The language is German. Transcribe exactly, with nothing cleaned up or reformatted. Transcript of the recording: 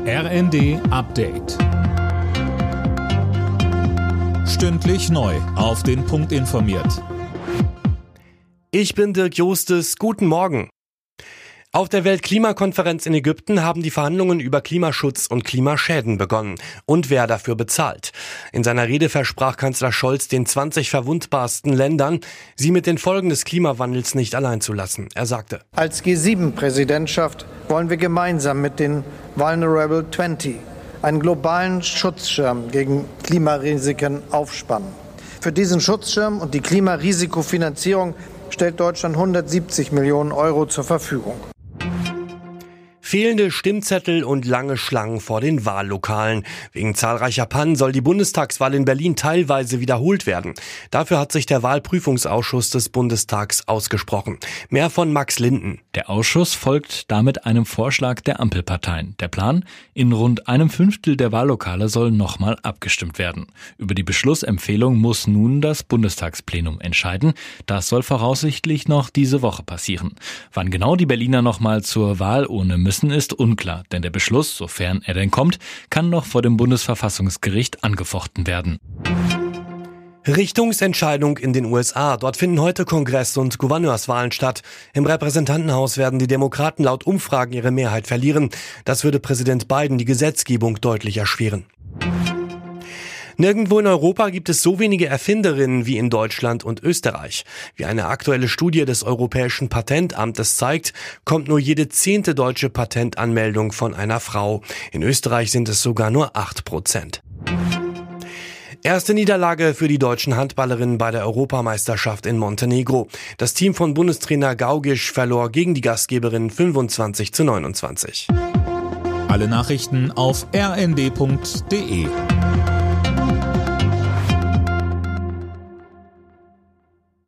R N D Update. Stündlich neu auf den Punkt informiert. Ich bin Dirk Jostes. Guten Morgen. Auf der Weltklimakonferenz in Ägypten haben die Verhandlungen über Klimaschutz und Klimaschäden begonnen. Und wer dafür bezahlt? In seiner Rede versprach Kanzler Scholz den zwanzig verwundbarsten Ländern, sie mit den Folgen des Klimawandels nicht allein zu lassen. Er sagte: Als G sieben Präsidentschaft wollen wir gemeinsam mit den Vulnerable zwanzig einen globalen Schutzschirm gegen Klimarisiken aufspannen. Für diesen Schutzschirm und die Klimarisikofinanzierung stellt Deutschland hundertsiebzig Millionen Euro zur Verfügung. Fehlende Stimmzettel und lange Schlangen vor den Wahllokalen. Wegen zahlreicher Pannen soll die Bundestagswahl in Berlin teilweise wiederholt werden. Dafür hat sich der Wahlprüfungsausschuss des Bundestags ausgesprochen. Mehr von Max Linden. Der Ausschuss folgt damit einem Vorschlag der Ampelparteien. Der Plan: in rund einem Fünftel der Wahllokale soll nochmal abgestimmt werden. Über die Beschlussempfehlung muss nun das Bundestagsplenum entscheiden. Das soll voraussichtlich noch diese Woche passieren. Wann genau die Berliner nochmal zur Wahl ohne müssen, ist unklar, denn der Beschluss, sofern er denn kommt, kann noch vor dem Bundesverfassungsgericht angefochten werden. Richtungsentscheidung in den U S A. Dort finden heute Kongress- und Gouverneurswahlen statt. Im Repräsentantenhaus werden die Demokraten laut Umfragen ihre Mehrheit verlieren. Das würde Präsident Biden die Gesetzgebung deutlich erschweren. Nirgendwo in Europa gibt es so wenige Erfinderinnen wie in Deutschland und Österreich. Wie eine aktuelle Studie des Europäischen Patentamtes zeigt, kommt nur jede zehnte deutsche Patentanmeldung von einer Frau. In Österreich sind es sogar nur acht Prozent. Erste Niederlage für die deutschen Handballerinnen bei der Europameisterschaft in Montenegro. Das Team von Bundestrainer Gaugisch verlor gegen die Gastgeberinnen fünfundzwanzig zu neunundzwanzig. Alle Nachrichten auf r n d punkt d e.